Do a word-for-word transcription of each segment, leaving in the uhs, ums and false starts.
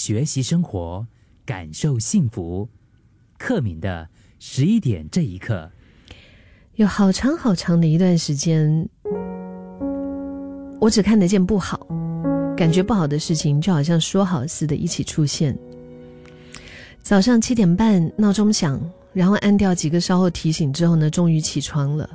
学习生活，感受幸福。克敏的十一点这一刻。 有好长好长的一段时间，我只看得见不好，感觉不好的事情就好像说好似的一起出现。早上七点半闹钟响，然后按掉几个稍后提醒之后呢，终于起床了，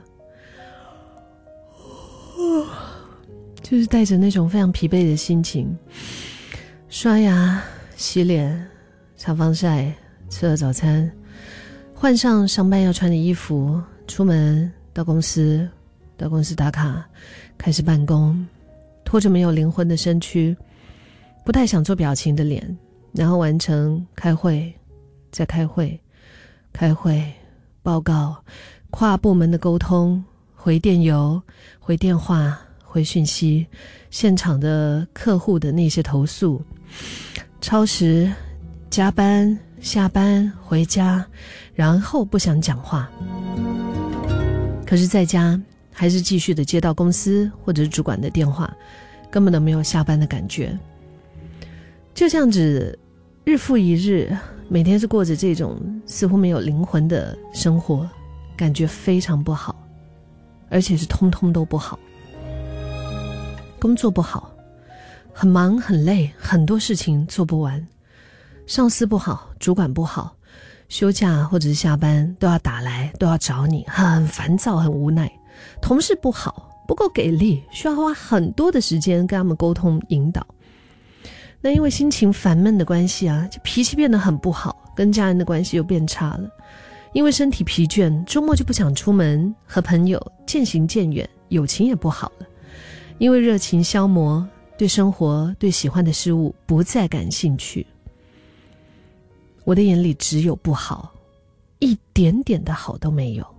就是带着那种非常疲惫的心情，刷牙洗脸擦防晒，吃了早餐，换上上班要穿的衣服，出门到公司，到公司打卡，开始办公，拖着没有灵魂的身躯，不太想做表情的脸，然后完成开会，再开会，开会，报告，跨部门的沟通，回电邮，回电话，回讯息，现场的客户的那些投诉，超时，加班，下班，回家，然后不想讲话。可是在家还是继续的接到公司或者是主管的电话，根本都没有下班的感觉。就这样子日复一日，每天是过着这种似乎没有灵魂的生活，感觉非常不好，而且是通通都不好。工作不好，很忙很累，很多事情做不完，上司不好，主管不好，休假或者是下班都要打来，都要找你，很烦躁很无奈。同事不好，不够给力，需要花很多的时间跟他们沟通引导。那因为心情烦闷的关系啊，就脾气变得很不好，跟家人的关系又变差了。因为身体疲倦，周末就不想出门，和朋友渐行渐远，友情也不好了。因为热情消磨，对生活对喜欢的事物不再感兴趣。我的眼里只有不好，一点点的好都没有。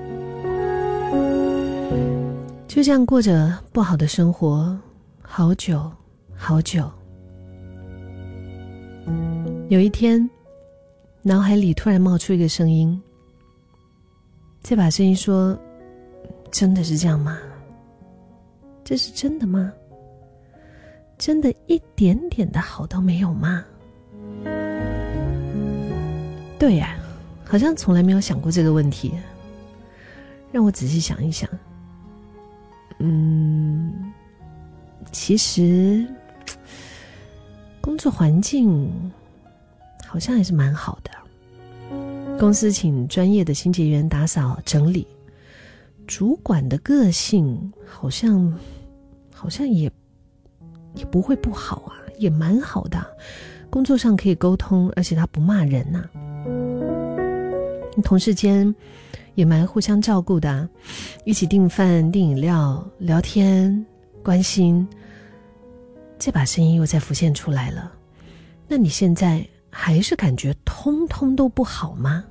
就这样过着不好的生活，好久好久。有一天，脑海里突然冒出一个声音，这把声音说：真的是这样吗？这是真的吗？真的一点点的好都没有吗？对呀、啊，好像从来没有想过这个问题。让我仔细想一想。嗯，其实工作环境好像还是蛮好的。公司请专业的清洁员打扫整理，主管的个性好像好像也也不会不好啊，也蛮好的。工作上可以沟通，而且他不骂人啊。同事间也蛮互相照顾的、啊、一起订饭订饮料聊天关心。这把声音又再浮现出来了，那你现在还是感觉通通都不好吗？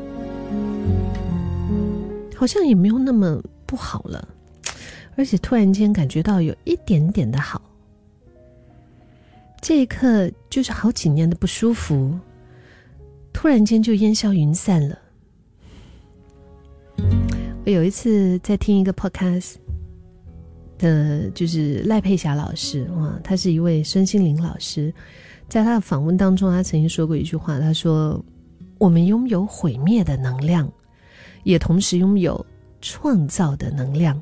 好像也没有那么不好了，而且突然间感觉到有一点点的好。这一刻就是好几年的不舒服，突然间就烟消云散了。我有一次在听一个 podcast 的，就是赖佩霞老师，哇，他是一位身心灵老师。在他的访问当中，他曾经说过一句话，他说：我们拥有毁灭的能量，也同时拥有创造的能量。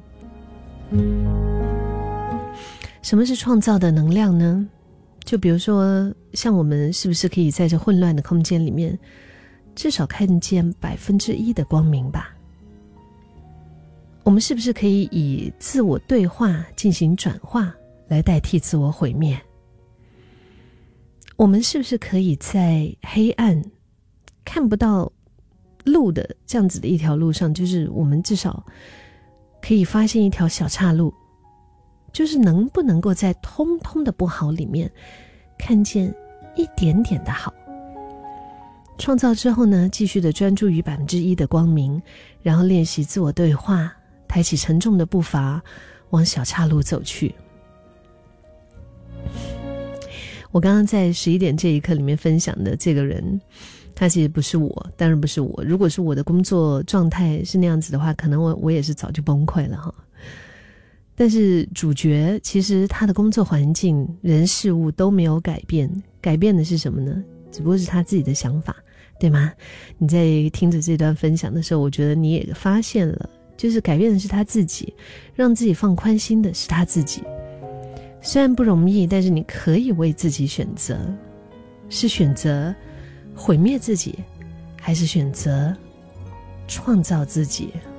什么是创造的能量呢？就比如说，像我们是不是可以在这混乱的空间里面，至少看见百分之一的光明吧？我们是不是可以以自我对话进行转化，来代替自我毁灭？我们是不是可以在黑暗看不到路的这样子的一条路上，就是我们至少可以发现一条小岔路，就是能不能够在通通的不好里面看见一点点的好。创造之后呢，继续的专注于百分之一的光明，然后练习自我对话，抬起沉重的步伐往小岔路走去。我刚刚在十一点这一刻里面分享的这个人，他其实不是我，当然不是我。如果是我的工作状态是那样子的话，可能我我也是早就崩溃了哈。 但是主角其实他的工作环境、人事物都没有改变，改变的是什么呢？只不过是他自己的想法，对吗？你在听着这段分享的时候，我觉得你也发现了，就是改变的是他自己，让自己放宽心的是他自己。虽然不容易，但是你可以为自己选择，是选择毁灭自己，还是选择创造自己？